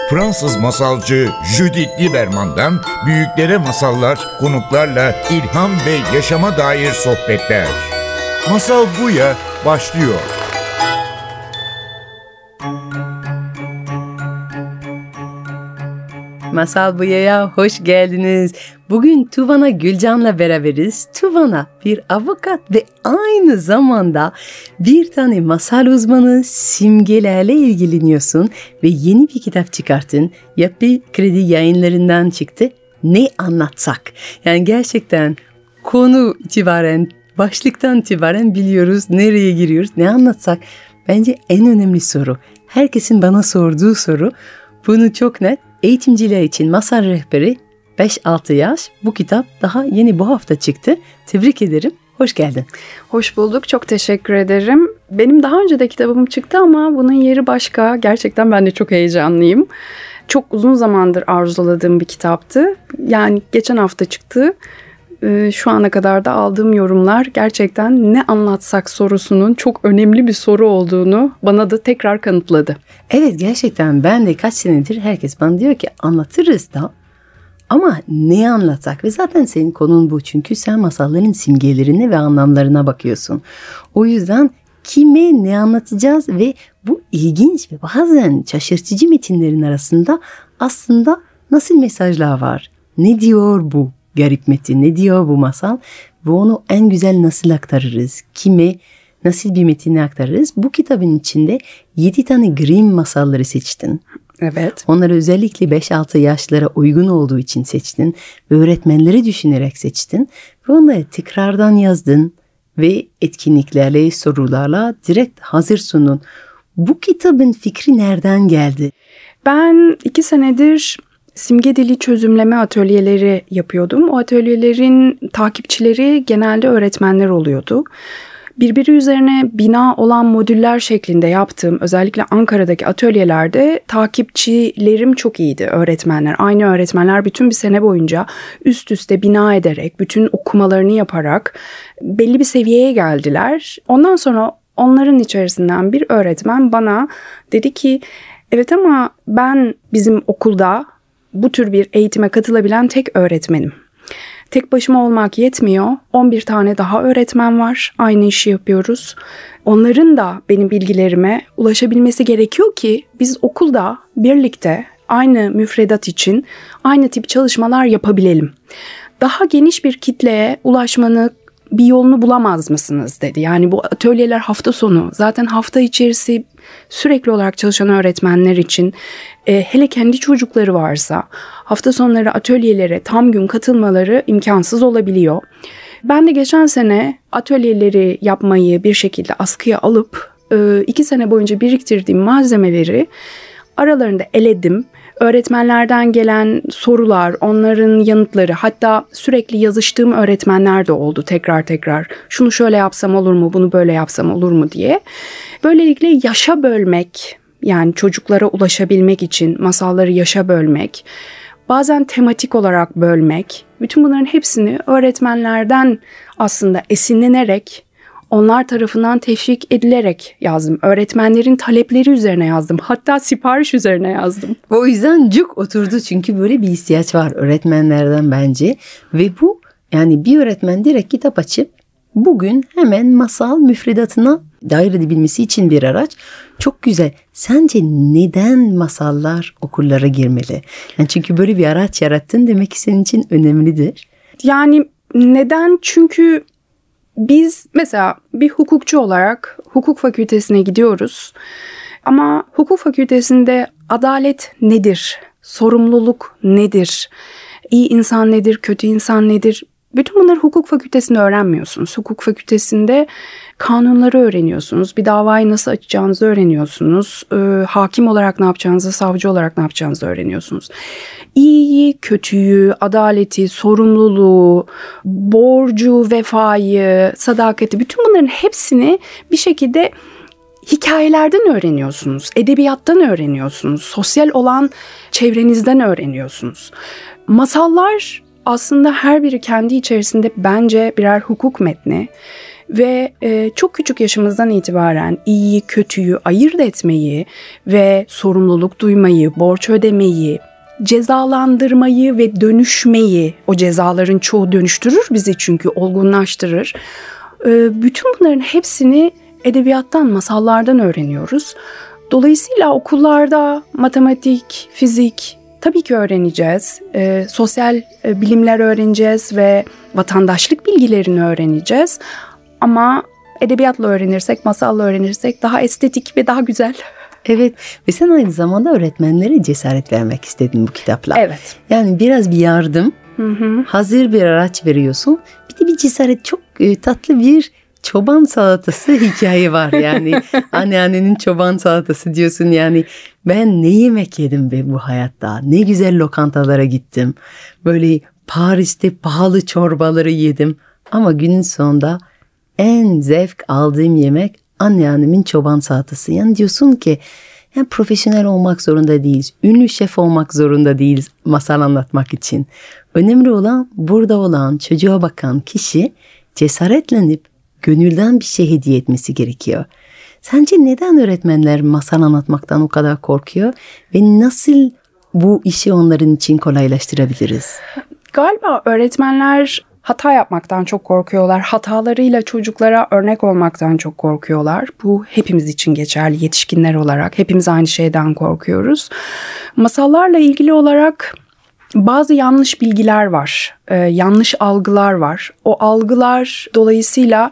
Fransız masalcı Judith Lieberman'dan büyüklere masallar, konuklarla ilham ve yaşama dair sohbetler. Masal Buya başlıyor. Masal Buya'ya hoş geldiniz. Bugün Tuvana Gülcan'la beraberiz. Tuvana bir avukat ve aynı zamanda bir tane masal uzmanı, simgelerle ilgileniyorsun ve yeni bir kitap çıkarttın. Yapı Kredi Yayınları'ndan çıktı. Ne anlatsak? Yani gerçekten konu itibaren, başlıktan itibaren biliyoruz nereye giriyoruz, ne anlatsak? Bence en önemli soru. Herkesin bana sorduğu soru. Bunu çok net. Eğitimciler için masal rehberi 5-6 yaş. Bu kitap daha yeni bu hafta çıktı. Tebrik ederim. Hoş geldin. Hoş bulduk. Çok teşekkür ederim. Benim daha önce de kitabım çıktı ama bunun yeri başka. Gerçekten ben de çok heyecanlıyım. Çok uzun zamandır arzuladığım bir kitaptı. Yani geçen hafta çıktı. Şu ana kadar da aldığım yorumlar gerçekten ne anlatsak sorusunun çok önemli bir soru olduğunu bana da tekrar kanıtladı. Evet, gerçekten ben de kaç senedir herkes bana diyor ki anlatırız da ama ne anlatsak? Ve zaten senin konun bu, çünkü sen masalların simgelerine ve anlamlarına bakıyorsun. O yüzden kime ne anlatacağız ve bu ilginç ve bazen şaşırtıcı metinlerin arasında aslında nasıl mesajlar var? Ne diyor bu garip metin, ne diyor bu masal ve onu en güzel nasıl aktarırız? Kime nasıl bir metini aktarırız? Bu kitabın içinde 7 tane Grimm masalları seçtin. Evet. Onları özellikle 5-6 yaşlara uygun olduğu için seçtin ve öğretmenleri düşünerek seçtin ve onları tekrardan yazdın ve etkinliklerle, sorularla direkt hazır sunun. Bu kitabın fikri nereden geldi? Ben 2 senedir simge dili çözümleme atölyeleri yapıyordum. O atölyelerin takipçileri genelde öğretmenler oluyordu. Birbiri üzerine bina olan modüller şeklinde yaptığım özellikle Ankara'daki atölyelerde takipçilerim çok iyiydi, öğretmenler. Aynı öğretmenler bütün bir sene boyunca üst üste bina ederek, bütün okumalarını yaparak belli bir seviyeye geldiler. Ondan sonra onların içerisinden bir öğretmen bana dedi ki, evet ama ben bizim okulda bu tür bir eğitime katılabilen tek öğretmenim. Tek başıma olmak yetmiyor. 11 tane daha öğretmen var. Aynı işi yapıyoruz. Onların da benim bilgilerime ulaşabilmesi gerekiyor ki biz okulda birlikte aynı müfredat için aynı tip çalışmalar yapabilelim. Daha geniş bir kitleye ulaşmanın bir yolunu bulamaz mısınız dedi. Yani bu atölyeler hafta sonu, zaten hafta içerisi sürekli olarak çalışan öğretmenler için hele kendi çocukları varsa hafta sonları atölyelere tam gün katılmaları imkansız olabiliyor. Ben de geçen sene atölyeleri yapmayı bir şekilde askıya alıp 2 sene boyunca biriktirdiğim malzemeleri aralarında eledim. Öğretmenlerden gelen sorular, onların yanıtları, hatta sürekli yazıştığım öğretmenler de oldu tekrar. Şunu şöyle yapsam olur mu, bunu böyle yapsam olur mu diye. Böylelikle yaşa bölmek, yani çocuklara ulaşabilmek için masalları yaşa bölmek, bazen tematik olarak bölmek, bütün bunların hepsini öğretmenlerden aslında esinlenerek, onlar tarafından teşvik edilerek yazdım. Öğretmenlerin talepleri üzerine yazdım. Hatta sipariş üzerine yazdım. O yüzden cuk oturdu, çünkü böyle bir ihtiyaç var öğretmenlerden bence. Ve bu, yani bir öğretmen direkt kitap açıp bugün hemen masal müfredatına dahil edebilmesi için bir araç. Çok güzel. Sence neden masallar okullara girmeli? Yani çünkü böyle bir araç yarattın, demek ki senin için önemlidir. Yani neden? Çünkü biz mesela bir hukukçu olarak hukuk fakültesine gidiyoruz. Ama hukuk fakültesinde adalet nedir? Sorumluluk nedir? İyi insan nedir? Kötü insan nedir? Bütün bunları hukuk fakültesinde öğrenmiyorsunuz. Hukuk fakültesinde kanunları öğreniyorsunuz. Bir davayı nasıl açacağınızı öğreniyorsunuz. Hakim olarak ne yapacağınızı, savcı olarak ne yapacağınızı öğreniyorsunuz. İyiyi, kötüyü, adaleti, sorumluluğu, borcu, vefayı, sadakati, bütün bunların hepsini bir şekilde hikayelerden öğreniyorsunuz. Edebiyattan öğreniyorsunuz. Sosyal olan çevrenizden öğreniyorsunuz. Masallar aslında her biri kendi içerisinde bence birer hukuk metni. Ve çok küçük yaşımızdan itibaren iyiyi, kötüyü ayırt etmeyi ve sorumluluk duymayı, borç ödemeyi, cezalandırmayı ve dönüşmeyi, o cezaların çoğu dönüştürür bizi çünkü olgunlaştırır. Bütün bunların hepsini edebiyattan, masallardan öğreniyoruz. Dolayısıyla okullarda matematik, fizik tabii ki öğreneceğiz. Sosyal bilimler öğreneceğiz ve vatandaşlık bilgilerini öğreneceğiz. Ama edebiyatla öğrenirsek, masalla öğrenirsek daha estetik ve daha güzel. Evet ve sen aynı zamanda öğretmenlere cesaret vermek istedin bu kitapla. Evet. Yani biraz bir yardım, hazır bir araç veriyorsun. Bir de bir cesaret, çok tatlı bir çoban salatası hikaye var. Yani anneannenin çoban salatası diyorsun, yani ben ne yemek yedim be bu hayatta. Ne güzel lokantalara gittim. Böyle Paris'te pahalı çorbaları yedim. Ama günün sonunda en zevk aldığım yemek anneannemin çoban salatası. Yani diyorsun ki yani profesyonel olmak zorunda değiliz. Ünlü şef olmak zorunda değiliz masal anlatmak için. Önemli olan burada olan, çocuğa bakan kişi cesaretlenip gönülden bir şey hediye etmesi gerekiyor. Sence neden öğretmenler masal anlatmaktan o kadar korkuyor ve nasıl bu işi onların için kolaylaştırabiliriz? Galiba öğretmenler hata yapmaktan çok korkuyorlar. Hatalarıyla çocuklara örnek olmaktan çok korkuyorlar. Bu hepimiz için geçerli, yetişkinler olarak. Hepimiz aynı şeyden korkuyoruz. Masallarla ilgili olarak bazı yanlış bilgiler var, yanlış algılar var. O algılar dolayısıyla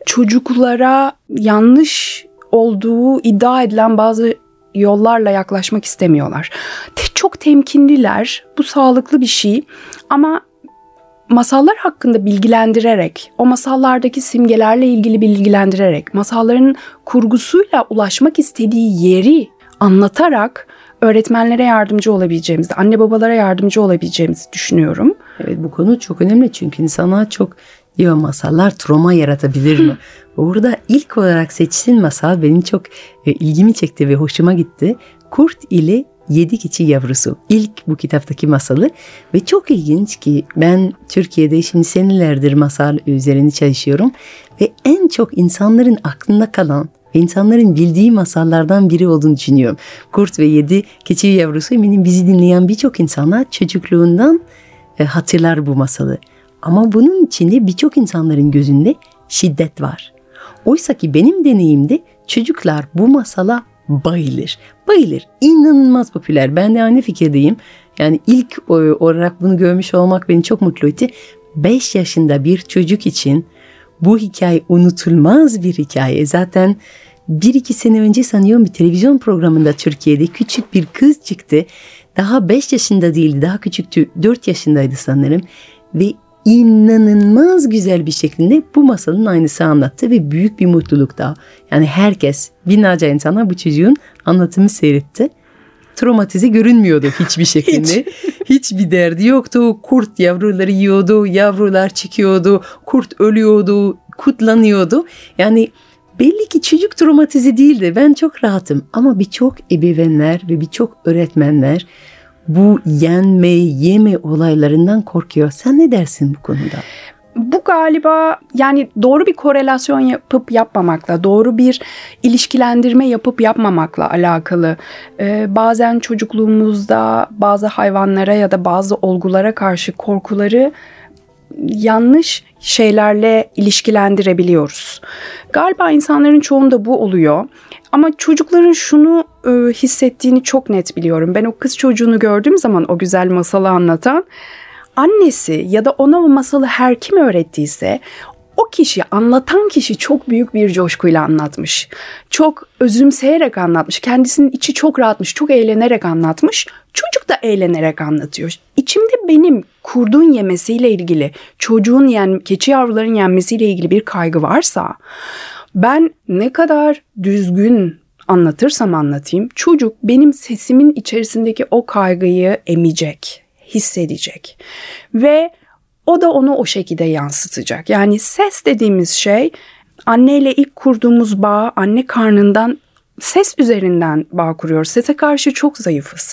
çocuklara yanlış olduğu iddia edilen bazı yollarla yaklaşmak istemiyorlar. Çok temkinliler, bu sağlıklı bir şey ama masallar hakkında bilgilendirerek, o masallardaki simgelerle ilgili bilgilendirerek, masalların kurgusuyla ulaşmak istediği yeri anlatarak öğretmenlere yardımcı olabileceğimizi, anne babalara yardımcı olabileceğimizi düşünüyorum. Evet, bu konu çok önemli çünkü insana çok diyor masallar travma yaratabilir mi? Orada ilk olarak seçtiğin masal benim çok ilgimi çekti ve hoşuma gitti. Kurt ile 7 keçi yavrusu. İlk bu kitaptaki masalı ve çok ilginç ki ben Türkiye'de şimdi senelerdir masal üzerine çalışıyorum ve en çok insanların aklında kalan, İnsanların bildiği masallardan biri olduğunu düşünüyorum. Kurt ve 7 keçi yavrusu, eminim bizi dinleyen birçok insanlar çocukluğundan hatırlar bu masalı. Ama bunun içinde birçok insanların gözünde şiddet var. Oysa ki benim deneyimde çocuklar bu masala bayılır. Bayılır. İnanılmaz popüler. Ben de aynı fikirdeyim. Yani ilk olarak bunu görmüş olmak beni çok mutlu etti. 5 yaşında bir çocuk için bu hikaye unutulmaz bir hikaye. Zaten 1-2 sene önce sanıyorum bir televizyon programında Türkiye'de küçük bir kız çıktı. Daha 5 yaşında değildi, daha küçüktü, 4 yaşındaydı sanırım. Ve inanılmaz güzel bir şekilde bu masalın aynısı anlattı ve büyük bir mutluluk daha. Yani herkes, binlerce insanlar bu çocuğun anlatımı seyretti. Travmatize görünmüyordu hiçbir şekilde. Hiçbir derdi yoktu. Kurt yavruları yiyordu, yavrular çıkıyordu, kurt ölüyordu, kutlanıyordu. Yani belli ki çocuk travmatize değildi. Ben çok rahatım. Ama birçok ebeveynler ve birçok öğretmenler bu yenme, yeme olaylarından korkuyor. Sen ne dersin bu konuda? Bu galiba yani doğru bir korelasyon yapıp yapmamakla, doğru bir ilişkilendirme yapıp yapmamakla alakalı. Bazen çocukluğumuzda bazı hayvanlara ya da bazı olgulara karşı korkuları yanlış şeylerle ilişkilendirebiliyoruz. Galiba insanların çoğunda bu oluyor. Ama çocukların şunu hissettiğini çok net biliyorum. Ben o kız çocuğunu gördüğüm zaman, o güzel masalı anlatan, annesi ya da ona o masalı her kim öğrettiyse o kişi, anlatan kişi çok büyük bir coşkuyla anlatmış. Çok özümseyerek anlatmış. Kendisinin içi çok rahatmış, çok eğlenerek anlatmış. Çocuk da eğlenerek anlatıyor. İçimde benim kurdun yemesiyle ilgili, çocuğun keçi yavruların yenmesiyle ilgili bir kaygı varsa, ben ne kadar düzgün anlatırsam anlatayım, çocuk benim sesimin içerisindeki o kaygıyı emecek, hissedecek ve o da onu o şekilde yansıtacak. Yani ses dediğimiz şey, anneyle ilk kurduğumuz bağ, anne karnından ses üzerinden bağ kuruyoruz. Sese karşı çok zayıfız.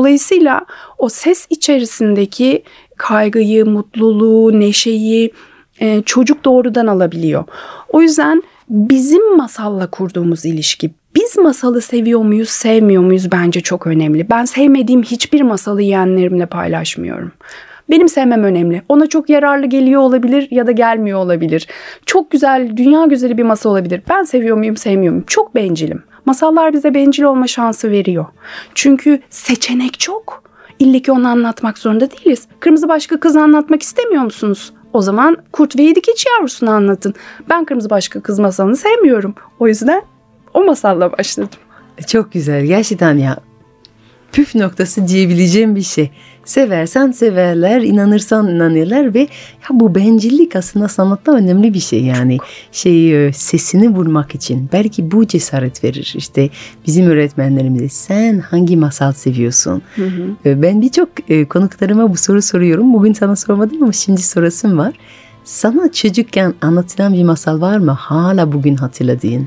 Dolayısıyla o ses içerisindeki kaygıyı, mutluluğu, neşeyi çocuk doğrudan alabiliyor. O yüzden bizim masalla kurduğumuz ilişki, biz masalı seviyor muyuz, sevmiyor muyuz bence çok önemli. Ben sevmediğim hiçbir masalı yeğenlerimle paylaşmıyorum. Benim sevmem önemli. Ona çok yararlı geliyor olabilir ya da gelmiyor olabilir. Çok güzel, dünya güzeli bir masal olabilir. Ben seviyor muyum, sevmiyor muyum? Çok bencilim. Masallar bize bencil olma şansı veriyor. Çünkü seçenek çok. İlle ki onu anlatmak zorunda değiliz. Kırmızı başka kız anlatmak istemiyor musunuz? O zaman Kurt ve Yedi Keçi Yavrusunu anlatın. Ben Kırmızı Başka Kız masalını sevmiyorum. O yüzden o masalla başladım. Çok güzel gerçekten ya. Püf noktası diyebileceğim bir şey. Seversen severler, inanırsan inanırlar ve ya bu bencillik aslında sanatta önemli bir şey yani. Sesini vurmak için belki bu cesaret verir. İşte bizim öğretmenlerimize sen hangi masal seviyorsun? Hı hı. Ben birçok konuklarıma bu soru soruyorum. Bugün sana sormadım ama şimdi sorasım var. Sana çocukken anlatılan bir masal var mı hala bugün hatırladığın?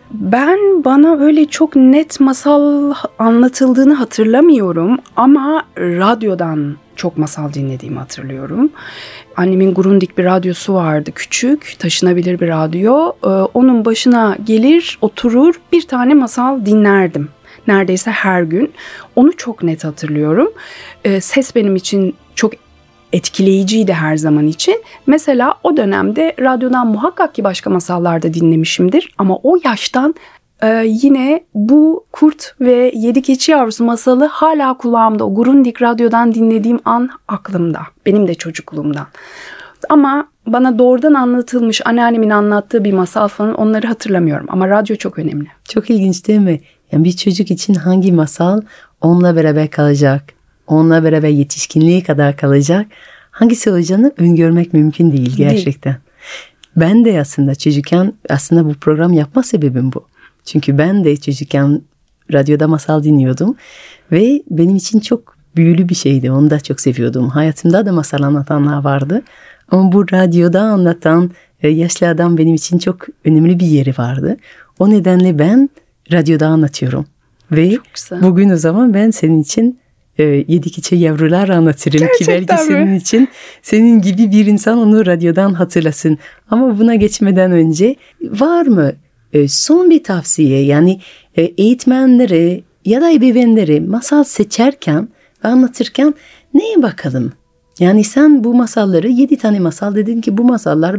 Bana öyle çok net masal anlatıldığını hatırlamıyorum ama radyodan çok masal dinlediğimi hatırlıyorum. Annemin Grundig bir radyosu vardı, küçük, taşınabilir bir radyo. Onun başına gelir, oturur, bir tane masal dinlerdim. Neredeyse her gün. Onu çok net hatırlıyorum. Ses benim için çok etkileyiciydi her zaman için. Mesela o dönemde radyodan muhakkak ki başka masallar da dinlemişimdir. Ama o yaştan yine bu Kurt ve Yedi Keçi Yavrusu masalı hala kulağımda. O Grundig radyodan dinlediğim an aklımda. Benim de çocukluğumdan. Ama bana doğrudan anlatılmış, anneannemin anlattığı bir masal falan onları hatırlamıyorum. Ama radyo çok önemli. Çok ilginç değil mi? Yani bir çocuk için hangi masal onunla beraber kalacak? Onunla beraber yetişkinliğe kadar kalacak. Hangisi olacağını öngörmek mümkün değil gerçekten. Ben de aslında çocukken bu program yapma sebebim bu. Çünkü ben de çocukken radyoda masal dinliyordum. Ve benim için çok büyülü bir şeydi. Onu da çok seviyordum. Hayatımda da masal anlatanlar vardı. Ama bu radyoda anlatan yaşlı adam benim için çok önemli bir yeri vardı. O nedenle ben radyoda anlatıyorum. Ve bugün o zaman ben senin için Yedi Keçi Yavrular anlatırım. Gerçekten ki belki senin için senin gibi bir insan onu radyodan hatırlasın. Ama buna geçmeden önce var mı son bir tavsiye, yani eğitmenlere ya da ebeveynlere masal seçerken ve anlatırken neye bakalım? Yani sen bu masalları 7 tane masal dedin ki bu masallar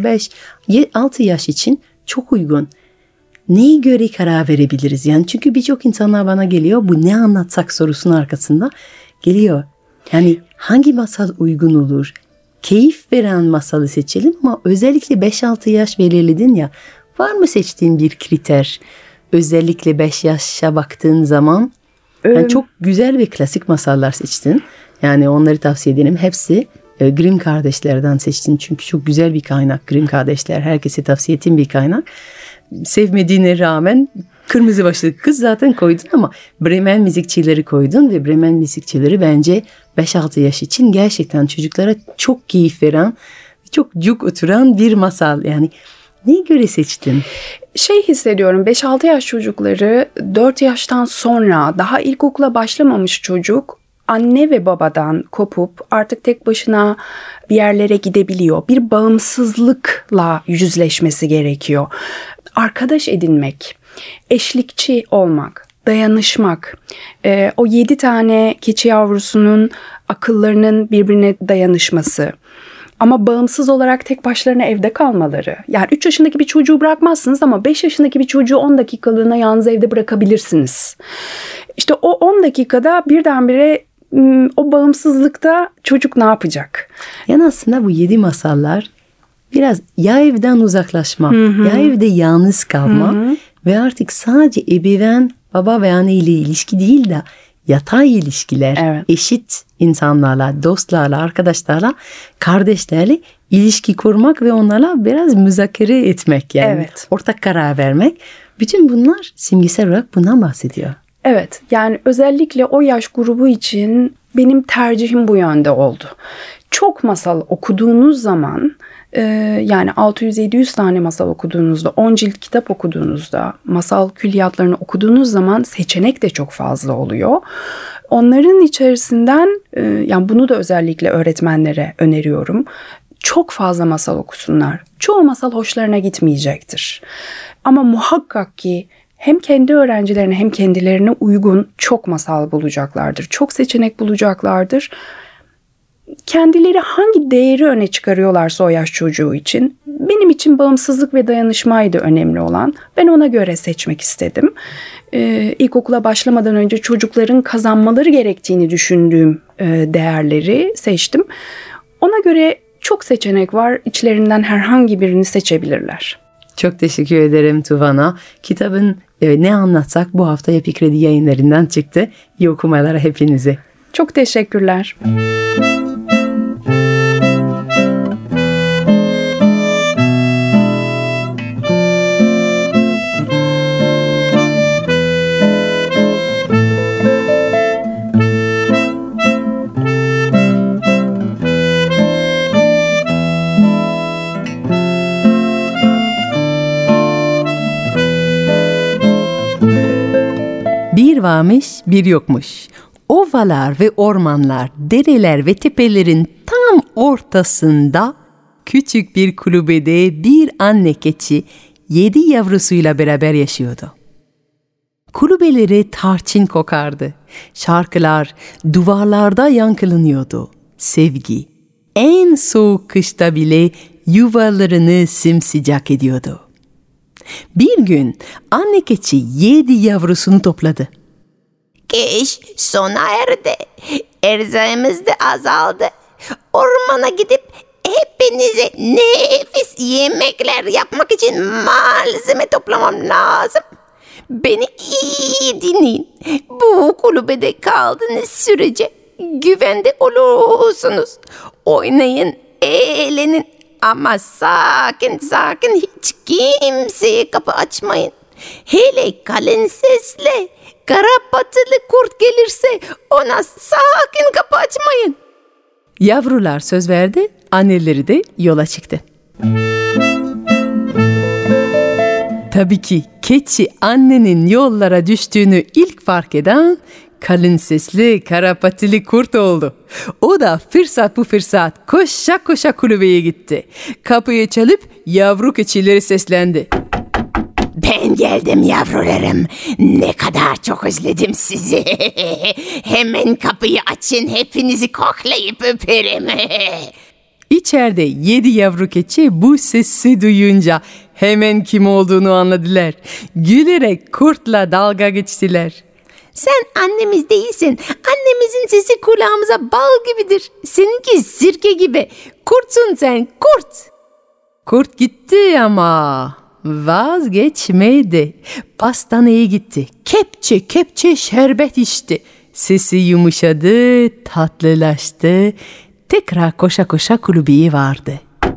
5-6 yaş için çok uygun. Neye göre karar verebiliriz? Yani çünkü birçok insanlar bana geliyor, bu ne anlatsak sorusunun arkasında geliyor. Yani hangi masal uygun olur? Keyif veren masalı seçelim ama özellikle 5-6 yaş belirledin ya. Var mı seçtiğin bir kriter? Özellikle 5 yaşa baktığın zaman yani çok güzel ve klasik masallar seçtin. Yani onları tavsiye ederim. Hepsi Grimm kardeşlerden seçtin. Çünkü çok güzel bir kaynak Grimm kardeşler. Herkese tavsiye ettiğim bir kaynak. Sevmediğine rağmen Kırmızı Başlı Kız zaten koydun ama Bremen müzikçileri koydun ve Bremen müzikçileri bence 5-6 yaş için gerçekten çocuklara çok keyif veren, çok cuk oturan bir masal. Yani neye göre seçtin? Hissediyorum, 5-6 yaş çocukları 4 yaştan sonra, daha ilkokula başlamamış çocuk anne ve babadan kopup artık tek başına bir yerlere gidebiliyor. Bir bağımsızlıkla yüzleşmesi gerekiyor. Arkadaş edinmek, eşlikçi olmak, dayanışmak, o 7 tane keçi yavrusunun akıllarının birbirine dayanışması. Ama bağımsız olarak tek başlarına evde kalmaları. Yani 3 yaşındaki bir çocuğu bırakmazsınız ama 5 yaşındaki bir çocuğu 10 dakikalığına yalnız evde bırakabilirsiniz. İşte o 10 dakikada birdenbire o bağımsızlıkta çocuk ne yapacak? Yani aslında bu 7 masallar biraz ya evden uzaklaşma, ya evde yalnız kalma ve artık sadece ebeveyn, baba ve anne ile ilişki değil de yatay ilişkiler, eşit insanlarla, dostlarla, arkadaşlarla, kardeşlerle ilişki kurmak ve onlarla biraz müzakere etmek, yani ortak karar vermek. Bütün bunlar simgesel olarak bundan bahsediyor. Evet, yani özellikle o yaş grubu için benim tercihim bu yönde oldu. Çok masal okuduğunuz zaman, yani 600-700 tane masal okuduğunuzda, 10 cilt kitap okuduğunuzda, masal külliyatlarını okuduğunuz zaman seçenek de çok fazla oluyor. Onların içerisinden, yani bunu da özellikle öğretmenlere öneriyorum. çok fazla masal okusunlar. Çoğu masal hoşlarına gitmeyecektir. Ama muhakkak ki hem kendi öğrencilerine hem kendilerine uygun çok masal bulacaklardır. Çok seçenek bulacaklardır. Kendileri hangi değeri öne çıkarıyorlarsa o yaş çocuğu için, benim için bağımsızlık ve dayanışmaydı önemli olan. Ben ona göre seçmek istedim. İlkokula başlamadan önce çocukların kazanmaları gerektiğini düşündüğüm değerleri seçtim. Ona göre çok seçenek var. İçlerinden herhangi birini seçebilirler. Çok teşekkür ederim Tuvana. Kitabın Ne Anlatsak bu hafta Yapı Kredi Yayınları'ndan çıktı. İyi okumalar hepinize. Çok teşekkürler. Bir varmış, bir yokmuş. Ovalar ve ormanlar, dereler ve tepelerin tam ortasında küçük bir kulübede bir anne keçi 7 yavrusuyla beraber yaşıyordu. Kulübeleri tarçın kokardı. Şarkılar duvarlarda yankılanıyordu. Sevgi en soğuk kışta bile yuvalarını simsıcak ediyordu. Bir gün anne keçi 7 yavrusunu topladı. Kış sona erdi. Erzağımız da azaldı. Ormana gidip hepinize nefis yemekler yapmak için malzeme toplamam lazım. Beni iyi dinleyin. Bu kulübede kaldığınız sürece güvende olursunuz. Oynayın, eğlenin ama sakın hiç kimseye kapı açmayın. Hele kalın sesle karapatılı kurt gelirse ona sakın kapı açmayın. Yavrular söz verdi, anneleri de yola çıktı. Tabii ki keçi annenin yollara düştüğünü ilk fark eden kalın sesli karapatili kurt oldu. O da fırsat bu fırsat koşa koşa kulübeye gitti. Kapıyı çalıp yavru keçileri seslendi. Ben geldim yavrularım. Ne kadar çok özledim sizi. Hemen kapıyı açın, hepinizi koklayıp öperim. İçeride 7 yavru keçi bu sesi duyunca hemen kim olduğunu anladılar. Gülerek kurtla dalga geçtiler. Sen annemiz değilsin. Annemizin sesi kulağımıza bal gibidir. Seninki sirke gibi. Kurtsun sen, kurt. Kurt gitti ama vazgeçmedi. Pastaneye gitti. Kepçe şerbet içti. Sesi yumuşadı, tatlılaştı. Tekrar koşa koşa kulübeye vardı.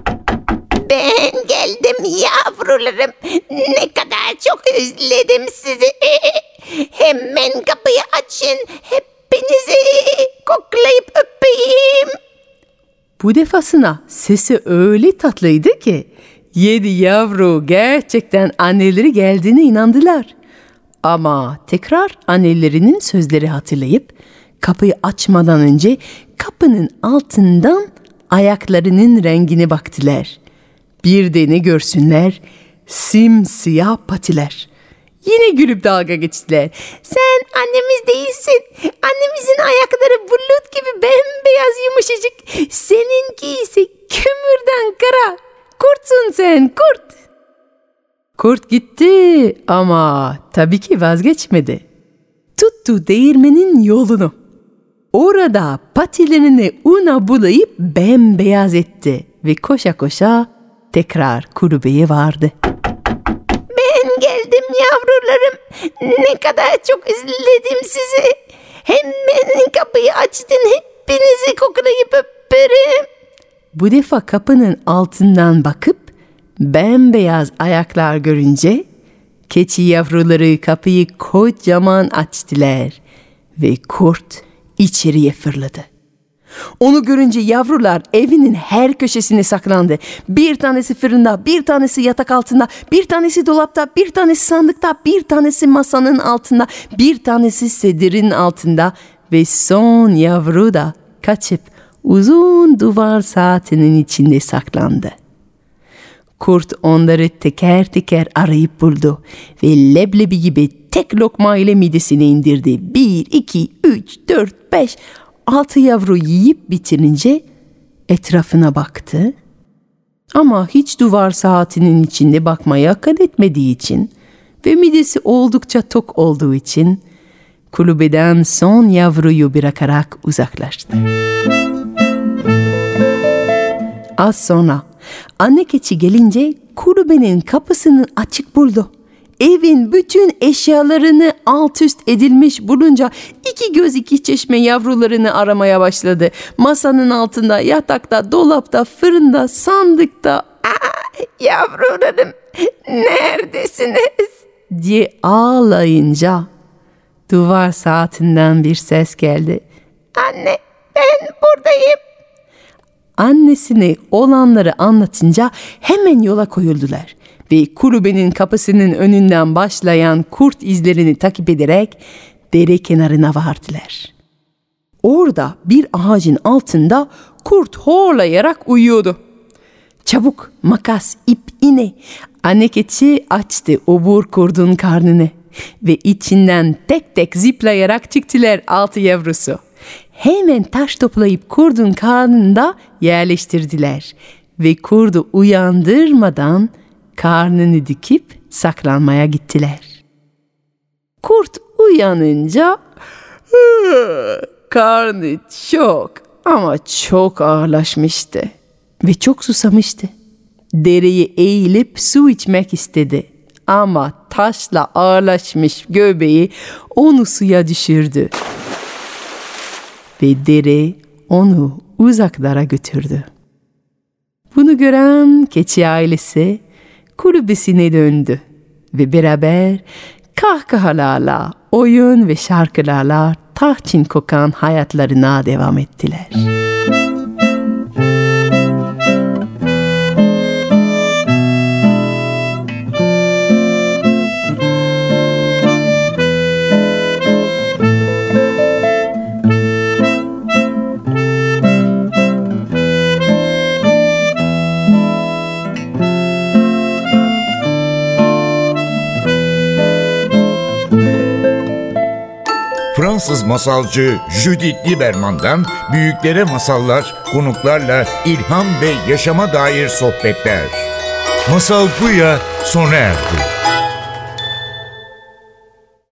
Ben geldim yavrularım. Ne kadar çok özledim sizi. Hemen kapıyı açın. Hepinizi koklayıp öpeyim. Bu defasına sesi öyle tatlıydı ki 7 yavru gerçekten anneleri geldiğine inandılar. Ama tekrar annelerinin sözleri hatırlayıp kapıyı açmadan önce kapının altından ayaklarının rengine baktılar. Bir de ne görsünler? Simsiyah patiler. Yine gülüp dalga geçtiler. Sen annemiz değilsin. Annemizin ayakları bulut gibi bembeyaz yumuşacık. Seninki ise kömürden kara. Kurtsun sen, kurt. Kurt gitti ama tabii ki vazgeçmedi. Tuttu değirmenin yolunu. Orada patilerini una bulayıp bembeyaz etti ve koşa koşa tekrar kulübeye vardı. Ben geldim yavrularım. Ne kadar çok özledim sizi. Hemen kapıyı açtın, hepinizi koklayıp öperim. Bu defa kapının altından bakıp bembeyaz ayaklar görünce keçi yavruları kapıyı kocaman açtılar ve kurt içeriye fırladı. Onu görünce yavrular evinin her köşesine saklandı. Bir tanesi fırında, bir tanesi yatak altında, bir tanesi dolapta, bir tanesi sandıkta, bir tanesi masanın altında, bir tanesi sedirin altında ve son yavru da kaçıp uzun duvar saatinin içinde saklandı. Kurt onları teker teker arayıp buldu ve leblebi gibi tek lokma ile midesine indirdi. 1, 2, 3, 4, 5, 6 yavru yiyip bitirince etrafına baktı. Ama hiç duvar saatinin içinde bakmaya akıl etmediği için ve midesi oldukça tok olduğu için kulübeden son yavruyu bırakarak uzaklaştı. Az sonra anne keçi gelince kulübenin kapısını açık buldu. Evin bütün eşyalarını alt üst edilmiş bulunca iki göz iki çeşme yavrularını aramaya başladı. Masanın altında, yatakta, dolapta, fırında, sandıkta. Yavrularım neredesiniz? Diye ağlayınca duvar saatinden bir ses geldi. Anne ben buradayım. Annesine olanları anlatınca hemen yola koyuldular ve kulübenin kapısının önünden başlayan kurt izlerini takip ederek dere kenarına vardılar. Orada bir ağacın altında kurt horlayarak uyuyordu. Çabuk makas, ip, iğne. Anne keçi açtı obur kurdun karnını ve içinden tek tek zıplayarak çıktılar 6 yavrusu. Hemen taş toplayıp kurdun karnında yerleştirdiler ve kurdu uyandırmadan karnını dikip saklanmaya gittiler. Kurt uyanınca karnı çok ama çok ağırlaşmıştı ve çok susamıştı. Dereye eğilip su içmek istedi ama taşla ağırlaşmış göbeği onu suya düşürdü. Ve dere onu uzaklara götürdü. Bunu gören keçi ailesi kulübesine döndü ve beraber kahkahalarla, oyun ve şarkılarla tahçin kokan hayatlarına devam ettiler. Fransız masalcı Judith Lieberman'dan büyüklere masallar, konuklarla ilham ve yaşama dair sohbetler. Masal Buya sona erdi.